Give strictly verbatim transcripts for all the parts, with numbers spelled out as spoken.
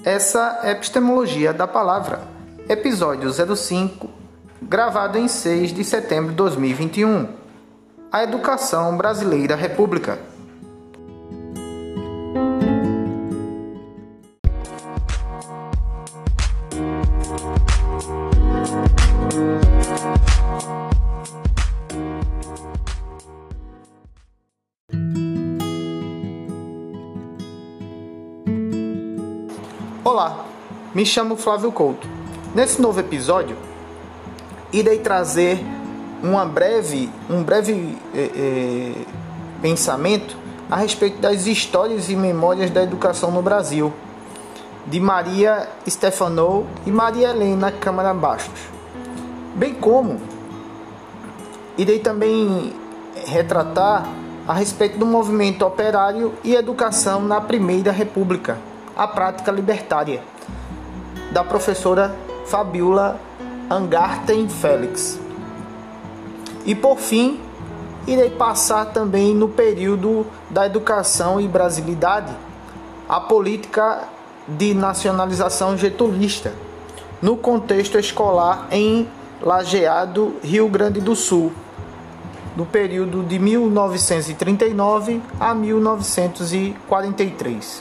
Essa é a Epistemologia da Palavra, episódio zero cinco, gravado em seis de setembro de dois mil e vinte e um. A Educação Brasileira República. Olá, me chamo Flávio Couto. Nesse novo episódio, irei trazer uma breve, um breve eh, eh, pensamento a respeito das histórias e memórias da educação no Brasil, de Maria Stefanow e Maria Helena Câmara Bastos, bem como irei também retratar a respeito do movimento operário e educação na Primeira República, a prática libertária, da professora Fabiola Angarten Félix. E por fim, irei passar também no período da educação e brasilidade, a política de nacionalização getulista, no contexto escolar em Lajeado, Rio Grande do Sul, no período de mil novecentos e trinta e nove a mil novecentos e quarenta e três.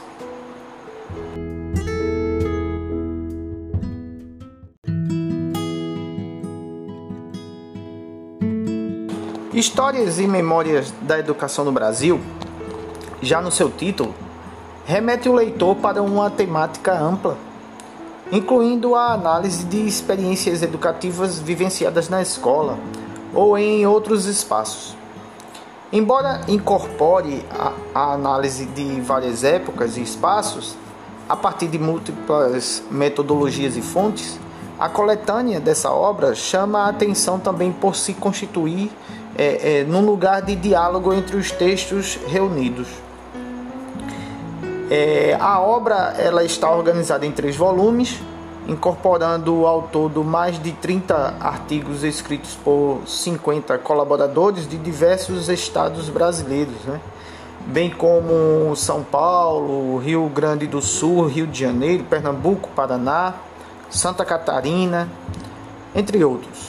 Histórias e Memórias da Educação no Brasil, já no seu título, remete o leitor para uma temática ampla, incluindo a análise de experiências educativas vivenciadas na escola ou em outros espaços. Embora incorpore a, a análise de várias épocas e espaços, a partir de múltiplas metodologias e fontes, a coletânea dessa obra chama a atenção também por se constituir É, é, num lugar de diálogo entre os textos reunidos. É, a obra ela está organizada em três volumes, incorporando ao todo mais de trinta artigos escritos por cinquenta colaboradores de diversos estados brasileiros, né? Bem como São Paulo, Rio Grande do Sul, Rio de Janeiro, Pernambuco, Paraná, Santa Catarina, entre outros.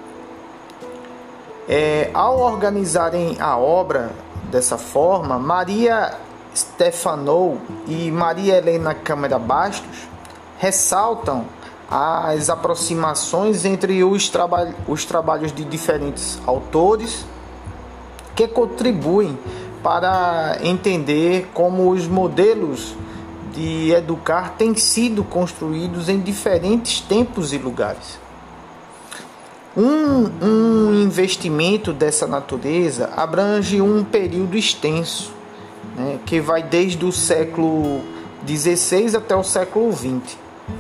É, ao organizarem a obra dessa forma, Maria Stefanow e Maria Helena Câmara Bastos ressaltam as aproximações entre os, traba- os trabalhos de diferentes autores que contribuem para entender como os modelos de educar têm sido construídos em diferentes tempos e lugares. Um, um investimento dessa natureza abrange um período extenso, né, que vai desde o século dezesseis até o século vinte.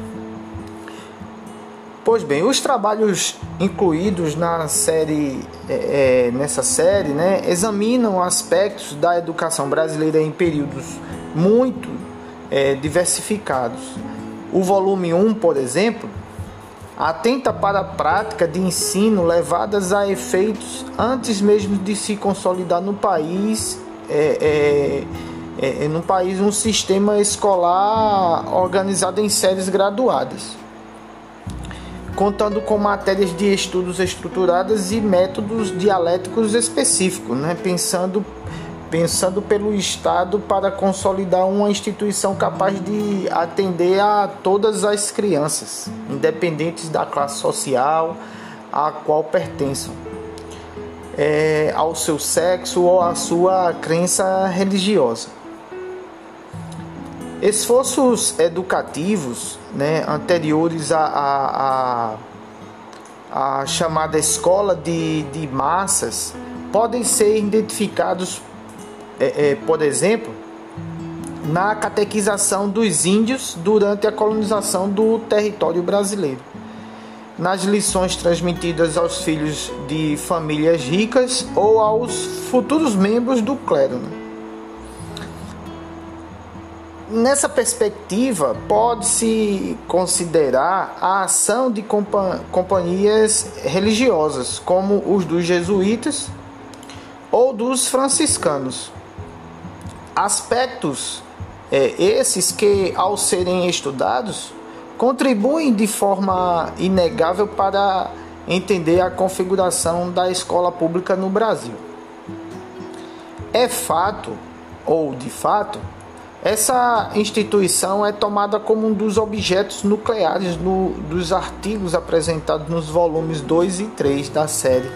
Pois bem, os trabalhos incluídos na série, é, é, nessa série né, examinam aspectos da educação brasileira em períodos muito é, diversificados. O volume um, por exemplo, atenta para a prática de ensino levadas a efeitos antes mesmo de se consolidar no país, é, é, é, no país um sistema escolar organizado em séries graduadas, contando com matérias de estudos estruturadas e métodos dialéticos específicos, né? pensando pensando pelo Estado para consolidar uma instituição capaz de atender a todas as crianças, independentes da classe social a qual pertençam, é, ao seu sexo ou à sua crença religiosa. Esforços educativos, né, anteriores à, à, à chamada escola de, de massas podem ser identificados É, é, por exemplo, na catequização dos índios durante a colonização do território brasileiro, nas lições transmitidas aos filhos de famílias ricas ou aos futuros membros do clero, né? Nessa perspectiva, pode-se considerar a ação de compa- companhias religiosas, como os dos jesuítas ou dos franciscanos, aspectos é, esses que, ao serem estudados, contribuem de forma inegável para entender a configuração da escola pública no Brasil. É fato, ou de fato, essa instituição é tomada como um dos objetos nucleares no, dos artigos apresentados nos volumes dois e três da série.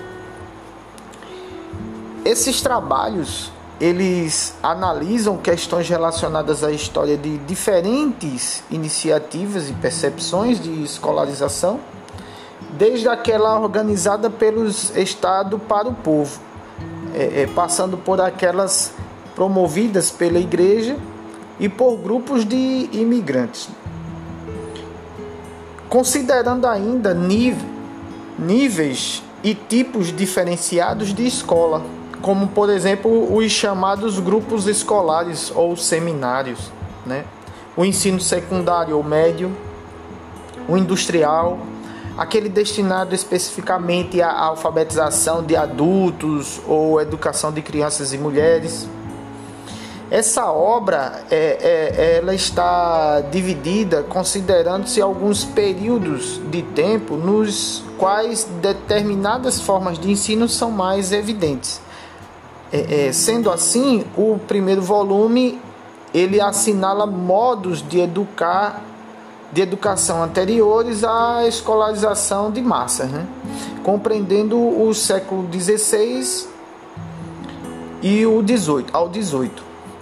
Esses trabalhos, eles analisam questões relacionadas à história de diferentes iniciativas e percepções de escolarização, desde aquela organizada pelos Estados para o povo, é, é, passando por aquelas promovidas pela Igreja e por grupos de imigrantes. Considerando ainda nível, níveis e tipos diferenciados de escola, como, por exemplo, os chamados grupos escolares ou seminários, né? O ensino secundário ou médio, o industrial, aquele destinado especificamente à alfabetização de adultos ou educação de crianças e mulheres. Essa obra é, é, ela está dividida considerando-se alguns períodos de tempo nos quais determinadas formas de ensino são mais evidentes. É, é, sendo assim, o primeiro volume ele assinala modos de educar, de educação anteriores à escolarização de massas, né? Compreendendo o século dezesseis e o dezoito, ao dezoito.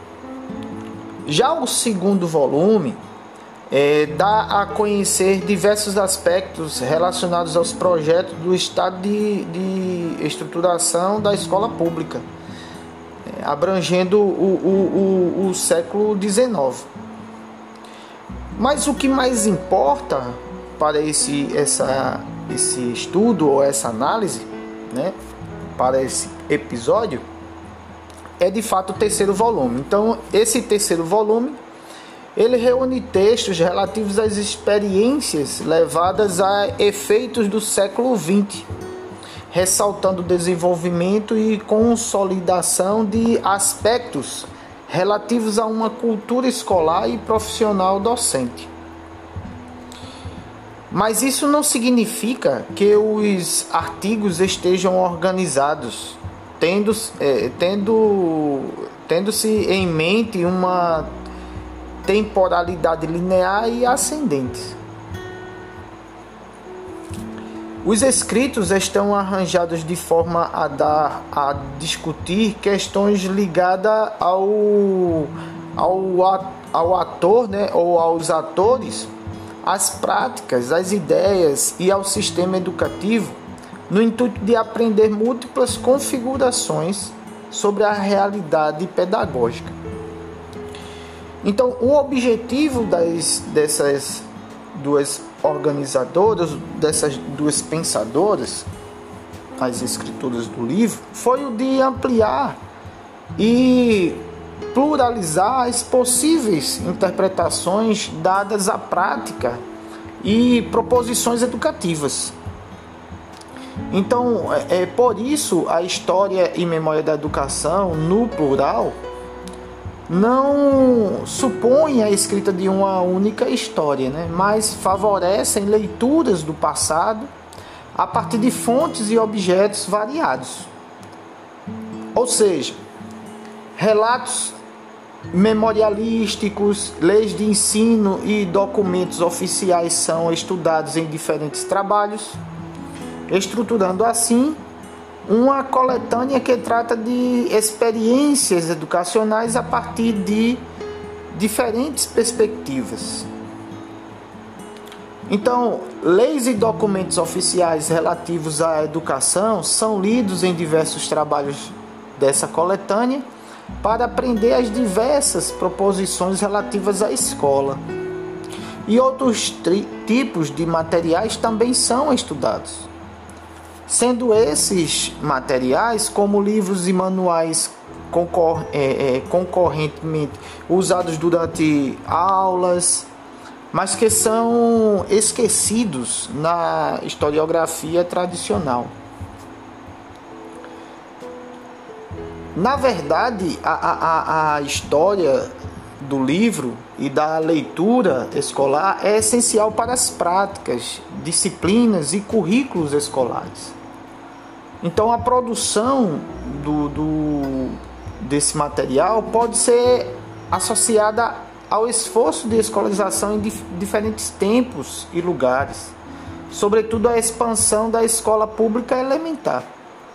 Já o segundo volume é, dá a conhecer diversos aspectos relacionados aos projetos do Estado de, de estruturação da escola pública, é, abrangendo o, o, o, o século dezenove. Mas o que mais importa para esse, essa, esse estudo ou essa análise, né, para esse episódio, é de fato o terceiro volume. Então, esse terceiro volume, ele reúne textos relativos às experiências levadas a efeitos do século vinte, ressaltando o desenvolvimento e consolidação de aspectos relativos a uma cultura escolar e profissional docente. Mas isso não significa que os artigos estejam organizados Tendo, é, tendo, tendo-se em mente uma temporalidade linear e ascendente. Os escritos estão arranjados de forma a dar a discutir questões ligadas ao, ao, ao ator, né, ou aos atores, às práticas, às ideias e ao sistema educativo, no intuito de aprender múltiplas configurações sobre a realidade pedagógica. Então, o objetivo das, dessas duas organizadoras, dessas duas pensadoras, as escritoras do livro, foi o de ampliar e pluralizar as possíveis interpretações dadas à prática e proposições educativas. Então, é, é por isso a história e memória da educação, no plural, não supõe a escrita de uma única história, né? Mas favorecem leituras do passado a partir de fontes e objetos variados. Ou seja, relatos memorialísticos, leis de ensino e documentos oficiais são estudados em diferentes trabalhos, estruturando assim uma coletânea que trata de experiências educacionais a partir de diferentes perspectivas. Então, leis e documentos oficiais relativos à educação são lidos em diversos trabalhos dessa coletânea para aprender as diversas proposições relativas à escola. E outros tri- tipos de materiais também são estudados, sendo esses materiais como livros e manuais concor- é, é, concorrentemente usados durante aulas, mas que são esquecidos na historiografia tradicional. Na verdade, a, a, a história do livro e da leitura escolar é essencial para as práticas, disciplinas e currículos escolares. Então, a produção do, do, desse material pode ser associada ao esforço de escolarização em dif- diferentes tempos e lugares, sobretudo a expansão da escola pública elementar.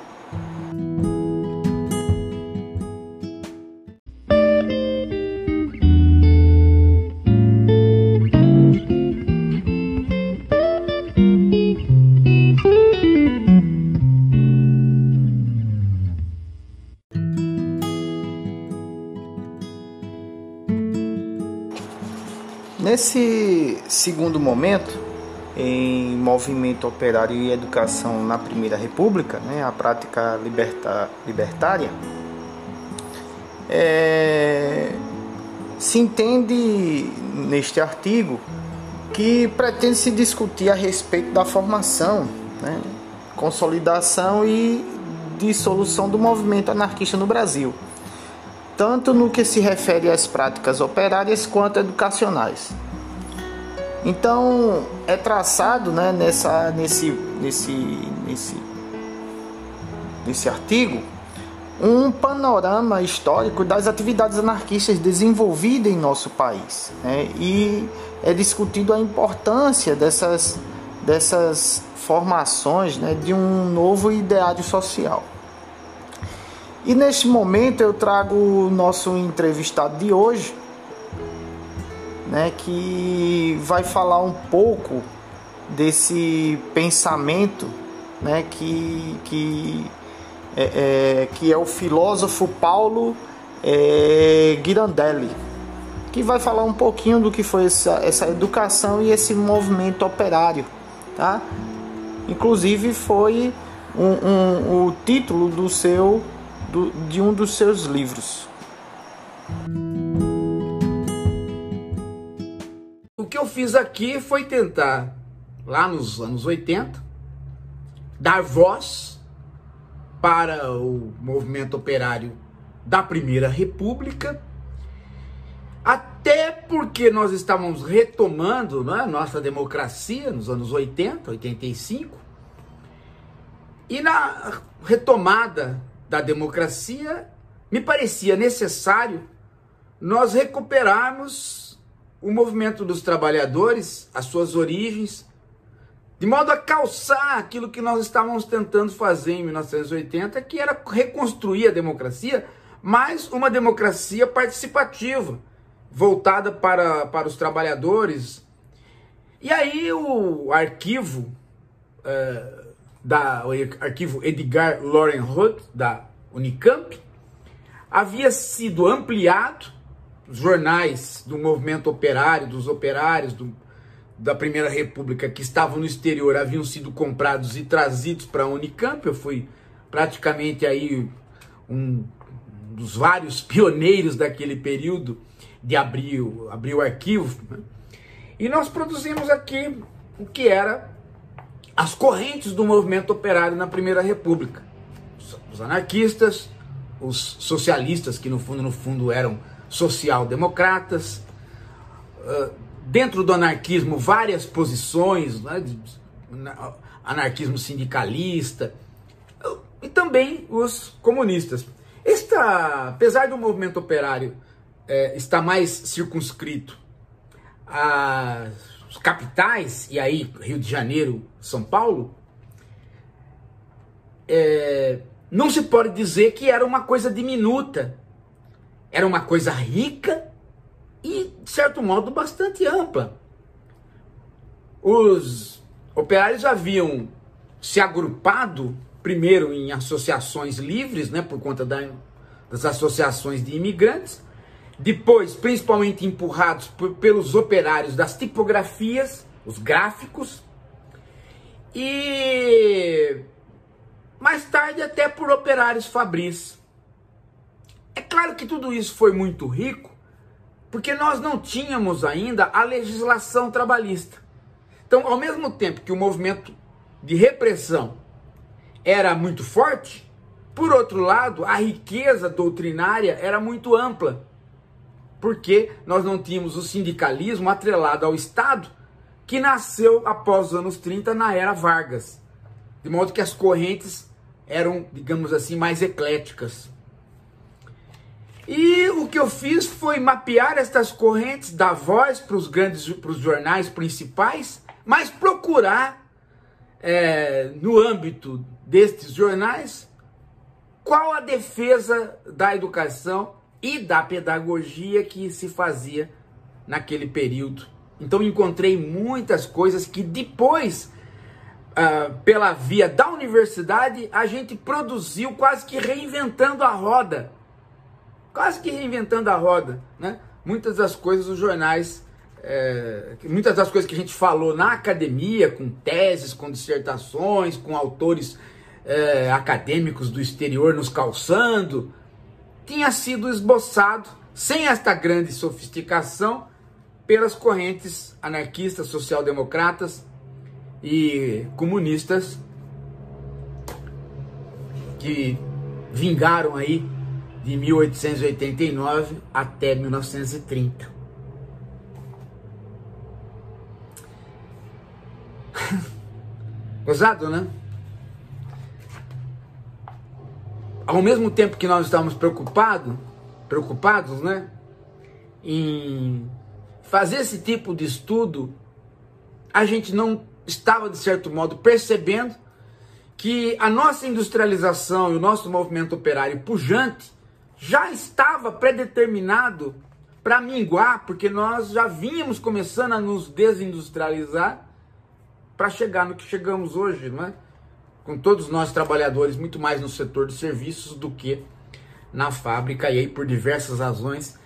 Nesse segundo momento, em Movimento Operário e Educação na Primeira República, né, a prática liberta, libertária, é, se entende neste artigo que pretende se discutir a respeito da formação, né, consolidação e dissolução do movimento anarquista no Brasil, tanto no que se refere às práticas operárias quanto educacionais. Então, é traçado, né, nessa, nesse, nesse, nesse, nesse artigo um panorama histórico das atividades anarquistas desenvolvidas em nosso país, né, e é discutido a importância dessas, dessas formações, né, de um novo ideário social. E neste momento eu trago o nosso entrevistado de hoje, né, que vai falar um pouco desse pensamento, né, que, que, é, é, que é o filósofo Paulo é, Girandelli, que vai falar um pouquinho do que foi essa, essa educação e esse movimento operário, tá? Inclusive foi um, um, o título do seu Do, de um dos seus livros. O que eu fiz aqui foi tentar, lá nos anos oitenta, dar voz para o movimento operário da Primeira República, até porque nós estávamos retomando, né, nossa democracia nos anos oitenta, oitenta e cinco, e na retomada da democracia, me parecia necessário nós recuperarmos o movimento dos trabalhadores, as suas origens, de modo a calçar aquilo que nós estávamos tentando fazer em mil novecentos e oitenta, que era reconstruir a democracia, mas uma democracia participativa, voltada para, para os trabalhadores. E aí o arquivo... É, Da, o arquivo Edgar Loren Roth, da Unicamp, havia sido ampliado. Os jornais do movimento operário, dos operários do, da Primeira República que estavam no exterior, haviam sido comprados e trazidos para a Unicamp. Eu fui praticamente aí um dos vários pioneiros daquele período de abrir, abrir o arquivo, né? E nós produzimos aqui o que era as correntes do movimento operário na Primeira República. Os anarquistas, os socialistas, que no fundo, no fundo eram social-democratas, dentro do anarquismo várias posições, né, anarquismo sindicalista, e também os comunistas. Esta, apesar do movimento operário é, estar mais circunscrito a os capitais, e aí Rio de Janeiro, São Paulo, é, não se pode dizer que era uma coisa diminuta, era uma coisa rica e, de certo modo, bastante ampla. Os operários haviam se agrupado, primeiro em associações livres, né, por conta da, das associações de imigrantes, depois, principalmente empurrados por, pelos operários das tipografias, os gráficos, e mais tarde até por operários fabris. É claro que tudo isso foi muito rico, porque nós não tínhamos ainda a legislação trabalhista. Então, ao mesmo tempo que o movimento de repressão era muito forte, por outro lado, a riqueza doutrinária era muito ampla. porque nós não tínhamos o sindicalismo atrelado ao Estado, que nasceu após os anos trinta na era Vargas, de modo que as correntes eram, digamos assim, mais ecléticas. E o que eu fiz foi mapear estas correntes, dar voz para os grandes, para os jornais principais, mas procurar, é, no âmbito destes jornais, qual a defesa da educação e da pedagogia que se fazia naquele período. Então encontrei muitas coisas que depois, uh, pela via da universidade, a gente produziu quase que reinventando a roda. Quase que reinventando a roda, né? Muitas das coisas os jornais, é, muitas das coisas que a gente falou na academia, com teses, com dissertações, com autores é, acadêmicos do exterior nos calçando, tinha sido esboçado, sem esta grande sofisticação, pelas correntes anarquistas, social-democratas e comunistas que vingaram aí de mil oitocentos e oitenta e nove até mil novecentos e trinta. Gozado, né? Ao mesmo tempo que nós estávamos preocupados, preocupados, né, em fazer esse tipo de estudo, a gente não estava, de certo modo, percebendo que a nossa industrialização e o nosso movimento operário pujante já estava predeterminado para minguar, porque nós já vínhamos começando a nos desindustrializar para chegar no que chegamos hoje, não é? Com todos nós trabalhadores muito mais no setor de serviços do que na fábrica, e aí por diversas razões.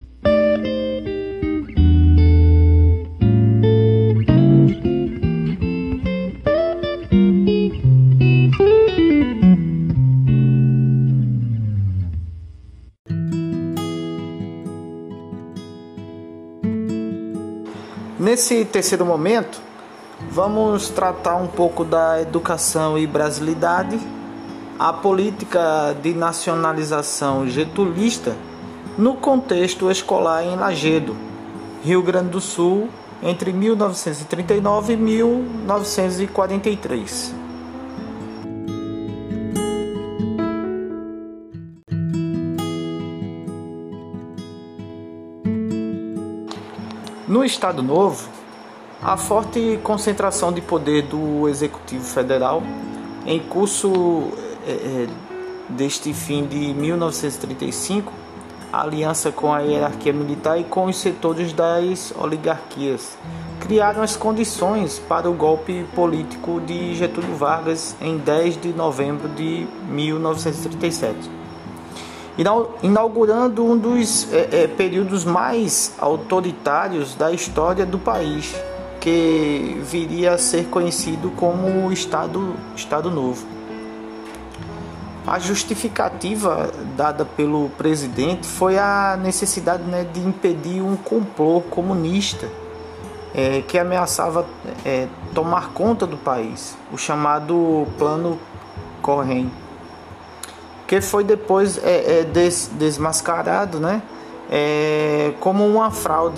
Nesse terceiro momento, vamos tratar um pouco da educação e brasilidade, a política de nacionalização getulista no contexto escolar em Lagedo, Rio Grande do Sul, entre mil novecentos e trinta e nove e mil novecentos e quarenta e três. No Estado Novo, a forte concentração de poder do Executivo Federal, em curso é, deste fim de mil novecentos e trinta e cinco, a aliança com a hierarquia militar e com os setores das oligarquias, criaram as condições para o golpe político de Getúlio Vargas em dez de novembro de mil novecentos e trinta e sete. Inaugurando um dos é, é, períodos mais autoritários da história do país, que viria a ser conhecido como Estado, Estado Novo. A justificativa dada pelo presidente foi a necessidade, né, de impedir um complô comunista é, que ameaçava é, tomar conta do país, o chamado Plano Cohen, que foi depois é, é, des, desmascarado, né, é, como uma fraude.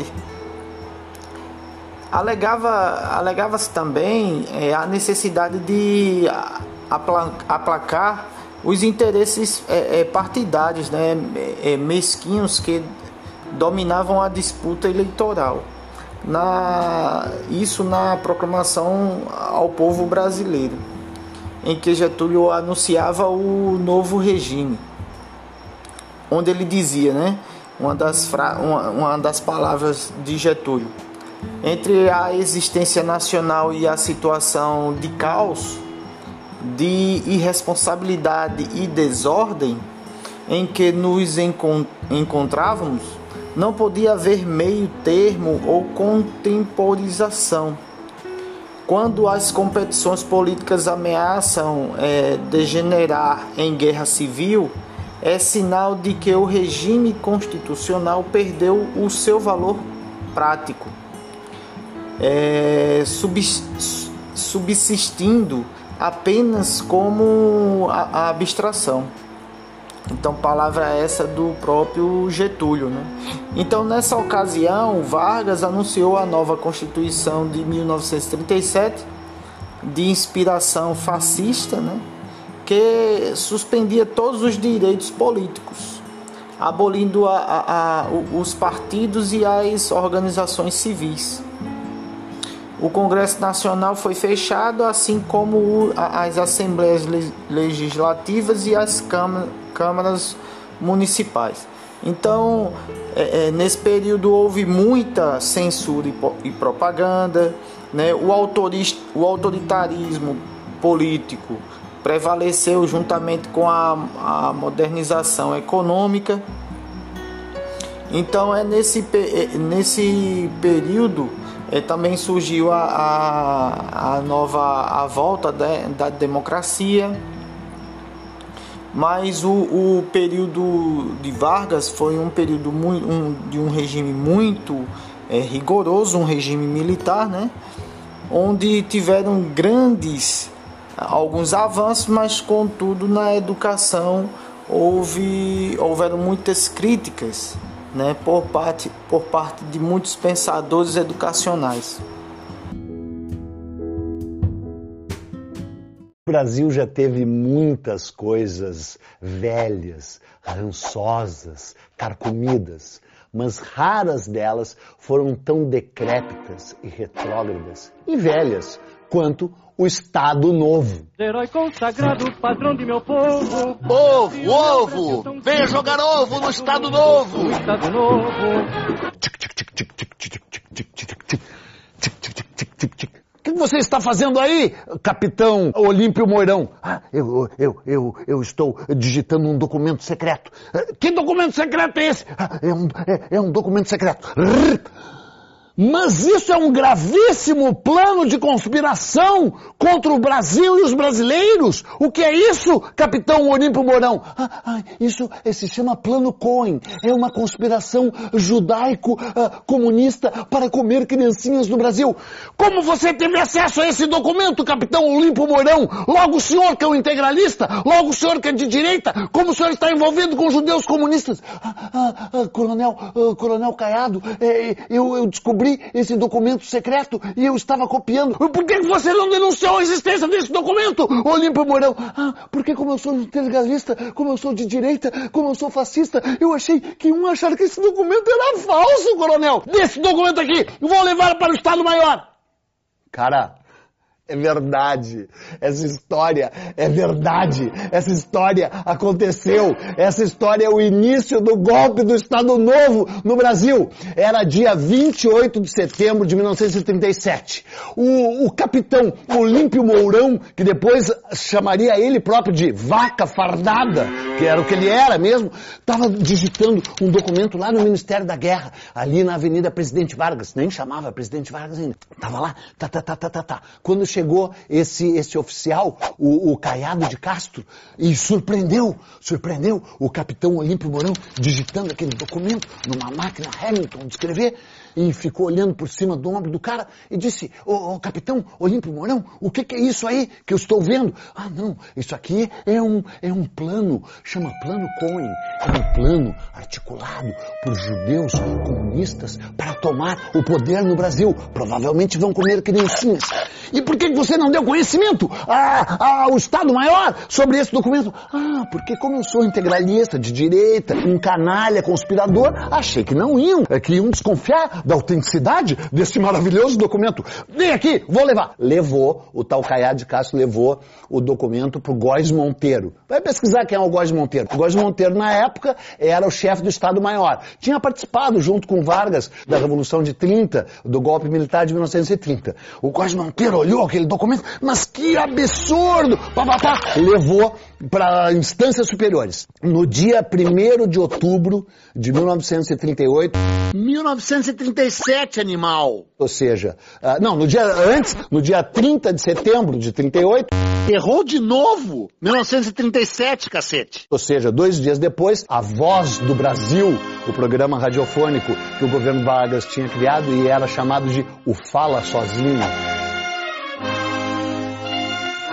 Alegava, alegava-se também é, a necessidade de aplacar os interesses é, é, partidários, né, é, mesquinhos que dominavam a disputa eleitoral. Na, isso na proclamação ao povo brasileiro, em que Getúlio anunciava o novo regime, onde ele dizia, né, uma das, fra- uma, uma das palavras de Getúlio: entre a existência nacional e a situação de caos, de irresponsabilidade e desordem em que nos encont- encontrávamos, não podia haver meio termo ou contemporização. Quando as competições políticas ameaçam é, degenerar em guerra civil, é sinal de que o regime constitucional perdeu o seu valor prático, é, subsistindo apenas como a, a abstração. Então, palavra essa do próprio Getúlio, né? Então, nessa ocasião, Vargas anunciou a nova Constituição de mil novecentos e trinta e sete, de inspiração fascista, né? Que suspendia todos os direitos políticos, abolindo a, a, a, os partidos e as organizações civis. O Congresso Nacional foi fechado, assim como as Assembleias Legislativas e as câmaras municipais. Então, é, é, nesse período houve muita censura e, e propaganda, né? O, autorista, o autoritarismo político prevaleceu juntamente com a, a modernização econômica. Então, é nesse, é, nesse período é, também surgiu a, a, a nova a volta da, da democracia. Mas o, o período de Vargas foi um período muito, um, de um regime muito é, rigoroso, um regime militar, né? Onde tiveram grandes, alguns avanços, mas contudo na educação houve, houveram muitas críticas, né? por, parte, por parte de muitos pensadores educacionais. O Brasil já teve muitas coisas velhas, rançosas, carcomidas, mas raras delas foram tão decrépitas e retrógradas e velhas quanto o Estado Novo. Herói consagrado, padrão de meu povo. Ovo, ovo! Venha jogar ovo no Estado Novo! No Estado Novo. O que você está fazendo aí, capitão Olímpio Mourão? Ah, eu, eu, eu, eu estou digitando um documento secreto. Que documento secreto é esse? Ah, é, um, é, é um documento secreto. Mas isso é um gravíssimo plano de conspiração contra o Brasil e os brasileiros. O que é isso, capitão Olímpio Mourão? Ah, ah, isso é, se chama Plano Cohen. É uma conspiração judaico-comunista ah, para comer criancinhas no Brasil. Como você teve acesso a esse documento, capitão Olímpio Mourão? Logo o senhor que é um integralista? Logo o senhor que é de direita? Como o senhor está envolvido com judeus comunistas? Ah, ah, ah, coronel, ah, coronel Caiado, é, eu, eu descobri esse documento secreto e eu estava copiando. Por que você não denunciou a existência desse documento, Olímpio Mourão? Ah, porque como eu sou integralista, como eu sou de direita, como eu sou fascista, eu achei que iam achar que esse documento era falso, coronel. Desse documento aqui, eu vou levar para o Estado Maior. Cara, é verdade. Essa história é verdade. Essa história aconteceu. Essa história é o início do golpe do Estado Novo no Brasil. Era dia vinte e oito de setembro de mil novecentos e trinta e sete. O, o capitão Olímpio Mourão, que depois chamaria ele próprio de vaca fardada, que era o que ele era mesmo, estava digitando um documento lá no Ministério da Guerra, ali na Avenida Presidente Vargas. Nem chamava Presidente Vargas ainda. Tava lá, tá, tá, tá, tá, tá, tá. Quando chegou esse, esse oficial, o, o Caiado de Castro, e surpreendeu, surpreendeu o capitão Olímpio Mourão digitando aquele documento numa máquina Hamilton de escrever, e ficou olhando por cima do ombro do cara e disse, ô, ô capitão Olímpio Mourão, o que, que é isso aí que eu estou vendo? Ah, não, isso aqui é um, é um plano, chama Plano Cohen, é um plano articulado por judeus comunistas para tomar o poder no Brasil. Provavelmente vão comer criancinhas. E por que você não deu conhecimento ao Estado Maior sobre esse documento? Ah, porque como eu sou integralista, de direita, um canalha conspirador, achei que não iam, que iam desconfiar da autenticidade desse maravilhoso documento. Vem aqui, vou levar. Levou, o tal Caiado de Castro levou o documento pro Góes Monteiro. Vai pesquisar quem é o Góes Monteiro. O Góes Monteiro, na época, era o chefe do Estado Maior. Tinha participado, junto com Vargas, da Revolução de trinta, do golpe militar de mil novecentos e trinta. O Góes Monteiro olhou aquele documento, mas que absurdo! Pá, pá, pá. Levou para instâncias superiores. No dia primeiro de outubro de mil novecentos e trinta e oito... mil novecentos e trinta e sete, animal! Ou seja, uh, não, no dia antes, no dia trinta de setembro de trinta e oito... Errou de novo! mil novecentos e trinta e sete, cacete! Ou seja, dois dias depois, a Voz do Brasil, o programa radiofônico que o governo Vargas tinha criado e era chamado de O Fala Sozinho.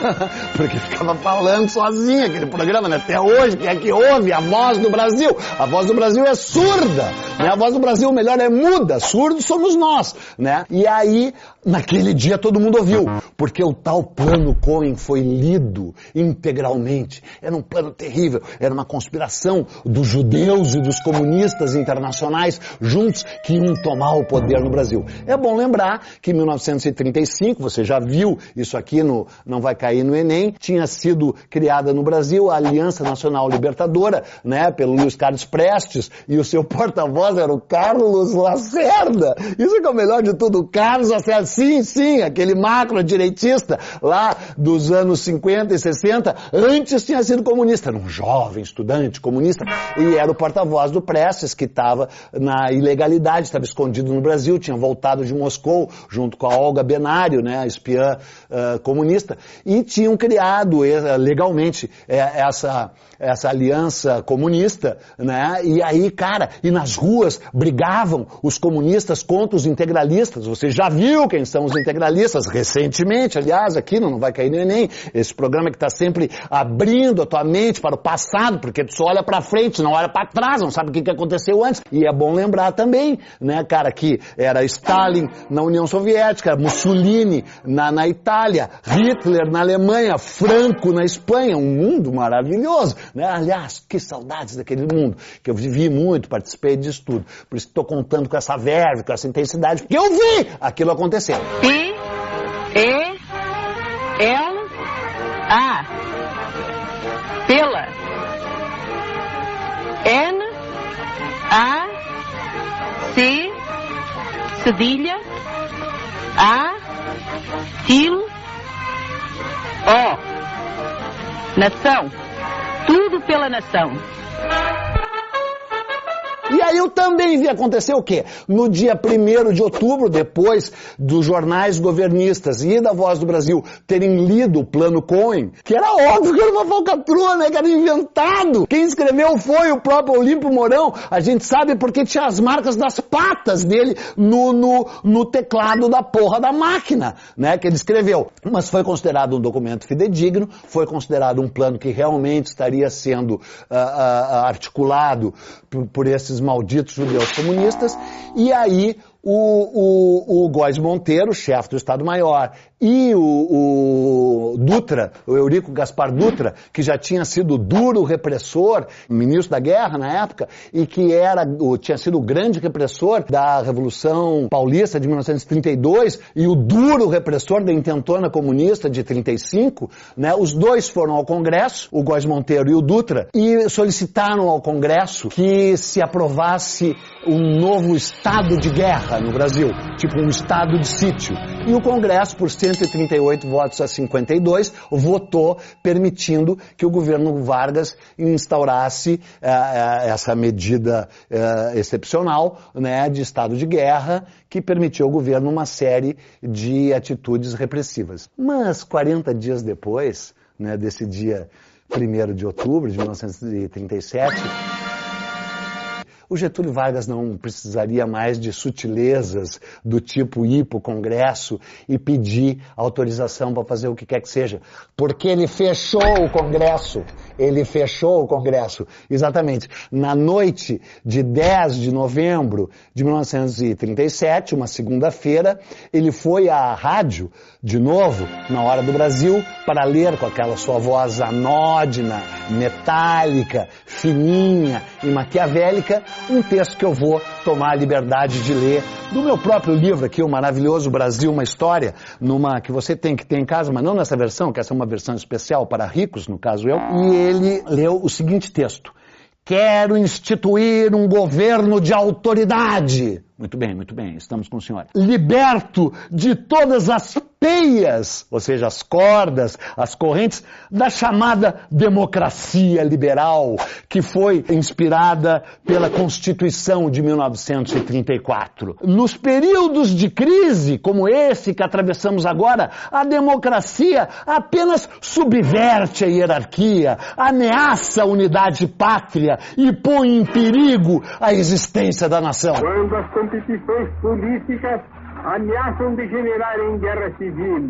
Porque ficava falando sozinho aquele programa, né? Até hoje, quem é que ouve? A Voz do Brasil. A Voz do Brasil é surda, né? A Voz do Brasil, melhor, é muda. Surdos somos nós, né? E aí, naquele dia, todo mundo ouviu. Porque o tal plano Cohen foi lido integralmente. Era um plano terrível. Era uma conspiração dos judeus e dos comunistas internacionais juntos que iam tomar o poder no Brasil. É bom lembrar que em mil novecentos e trinta e cinco, você já viu isso aqui no Não Vai Cair no Enem, tinha sido criada no Brasil a Aliança Nacional Libertadora, né, pelo Luiz Carlos Prestes, e o seu porta-voz era o Carlos Lacerda. Isso que é o melhor de tudo, o Carlos Lacerda, sim, sim, aquele macro-direitista lá dos anos cinquenta e sessenta, antes tinha sido comunista, era um jovem estudante comunista, e era o porta-voz do Prestes, que estava na ilegalidade, estava escondido no Brasil, tinha voltado de Moscou, junto com a Olga Benário, né, a espiã uh, comunista, e tinham criado uh, legalmente uh, essa, essa aliança comunista, né, e aí, cara, e nas ruas brigavam os comunistas contra os integralistas. Você já viu quem são os integralistas recentemente, aliás, aqui no Não Vai Cair no Enem, esse programa que está sempre abrindo a tua mente para o passado, porque tu só olha para frente, não olha para trás, não sabe o que, que aconteceu antes. E é bom lembrar também, né, cara, que era Stalin na União Soviética, Mussolini na, na Itália, Hitler na Alemanha, Franco na Espanha, um mundo maravilhoso, né? Aliás, que saudades daquele mundo, que eu vivi muito, participei disso tudo. Por isso que estou contando com essa verve, com essa intensidade, porque eu vi aquilo acontecer. P, E, L, A, pela, N, A, C, cedilha, A, til, O, nação, tudo pela nação. E aí eu também vi acontecer o quê? No dia primeiro de outubro, depois dos jornais governistas e da Voz do Brasil terem lido o Plano Cohen, que era óbvio que era uma falcatrua, né? Que era inventado. Quem escreveu foi o próprio Olímpio Mourão. A gente sabe porque tinha as marcas das patas dele no, no, no teclado da porra da máquina, né? Que ele escreveu. Mas foi considerado um documento fidedigno, foi considerado um plano que realmente estaria sendo uh, uh, articulado por, por esses malditos judeus comunistas, e aí o, o, o Góes Monteiro, chefe do Estado-Maior, e o, o Dutra, o Eurico Gaspar Dutra, que já tinha sido duro repressor, ministro da guerra na época, e que era, tinha sido o grande repressor da Revolução Paulista de mil novecentos e trinta e dois, e o duro repressor da intentona comunista de trinta e cinco, né? Os dois foram ao Congresso, o Góes Monteiro e o Dutra, e solicitaram ao Congresso que se aprovasse um novo estado de guerra no Brasil, tipo um estado de sítio. E o Congresso, por cento e trinta e oito votos a cinquenta e dois, votou permitindo que o governo Vargas instaurasse uh, essa medida uh, excepcional, né, de estado de guerra, que permitiu ao governo uma série de atitudes repressivas. Mas quarenta dias depois, né, desse dia primeiro de outubro de mil novecentos e trinta e sete, o Getúlio Vargas não precisaria mais de sutilezas do tipo ir para o Congresso e pedir autorização para fazer o que quer que seja, porque ele fechou o Congresso, ele fechou o Congresso, exatamente, na noite de dez de novembro de mil novecentos e trinta e sete, uma segunda-feira, ele foi à rádio, de novo, na Hora do Brasil, para ler com aquela sua voz anódina, metálica, fininha e maquiavélica, um texto que eu vou tomar a liberdade de ler do meu próprio livro aqui, o maravilhoso Brasil, uma história, numa que você tem que ter em casa, mas não nessa versão, que essa é uma versão especial para ricos, no caso eu, e ele leu o seguinte texto: quero instituir um governo de autoridade. Muito bem, muito bem, estamos com o senhor. Liberto de todas as teias, ou seja, as cordas, as correntes da chamada democracia liberal, que foi inspirada pela Constituição de mil novecentos e trinta e quatro. Nos períodos de crise, como esse que atravessamos agora, a democracia apenas subverte a hierarquia, ameaça a unidade pátria e põe em perigo a existência da nação. Quando as competições políticas ameaçam degenerar em guerra civil,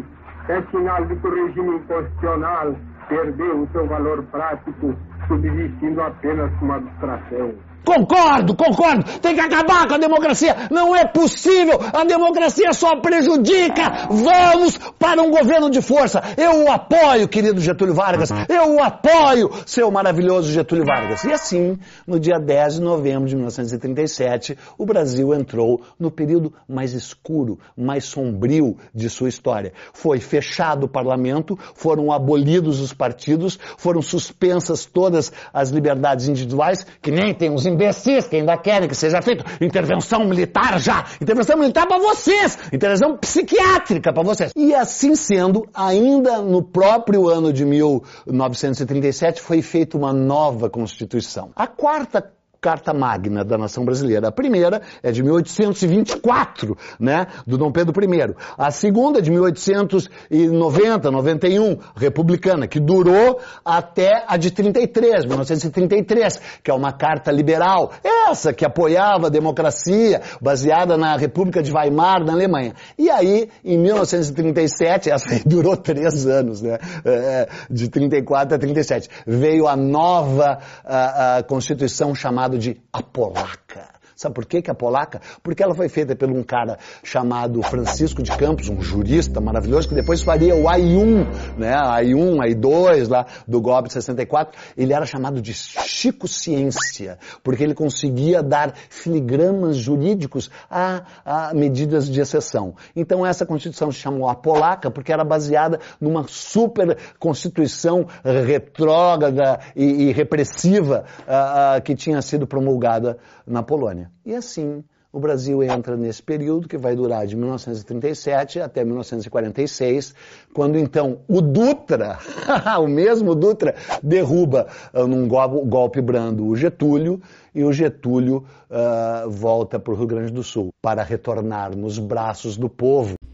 é sinal de que o regime inconstitucional perdeu o seu valor prático, subsistindo apenas como abstração. Concordo, concordo. Tem que acabar com a democracia. Não é possível. A democracia só prejudica. Vamos para um governo de força. Eu o apoio, querido Getúlio Vargas. Eu o apoio, seu maravilhoso Getúlio Vargas. E assim, no dia dez de novembro de mil novecentos e trinta e sete, o Brasil entrou no período mais escuro, mais sombrio de sua história. Foi fechado o parlamento, foram abolidos os partidos, foram suspensas todas as liberdades individuais, que nem tem os imbecis que ainda querem que seja feita intervenção militar já. Intervenção militar para vocês. Intervenção psiquiátrica para vocês. E assim sendo, ainda no próprio ano de mil novecentos e trinta e sete foi feita uma nova Constituição. A quarta Carta Magna da nação brasileira. A primeira é de mil oitocentos e vinte e quatro, né, do Dom Pedro I. A segunda é de mil oitocentos e noventa, noventa e um, republicana, que durou até a de trinta e três, mil novecentos e trinta e três, que é uma carta liberal, essa que apoiava a democracia, baseada na República de Weimar, na Alemanha. E aí, em mil novecentos e trinta e sete, essa aí durou três anos, né, de trinta e quatro a trinta e sete, veio a nova a, a Constituição chamada de a Polaca. Sabe por quê que a Polaca? Porque ela foi feita por um cara chamado Francisco de Campos, um jurista maravilhoso, que depois faria o A I um, né? A I um, A I dois, lá do golpe de sessenta e quatro. Ele era chamado de Chico Ciência, porque ele conseguia dar filigramas jurídicos a, a medidas de exceção. Então essa Constituição se chamou a Polaca porque era baseada numa super Constituição retrógrada e, e repressiva uh, uh, que tinha sido promulgada na Polônia. E assim, o Brasil entra nesse período que vai durar de mil novecentos e trinta e sete até mil novecentos e quarenta e seis, quando então o Dutra, o mesmo Dutra, derruba uh, num golpe, golpe brando o Getúlio, e o Getúlio uh, volta para o Rio Grande do Sul para retornar nos braços do povo.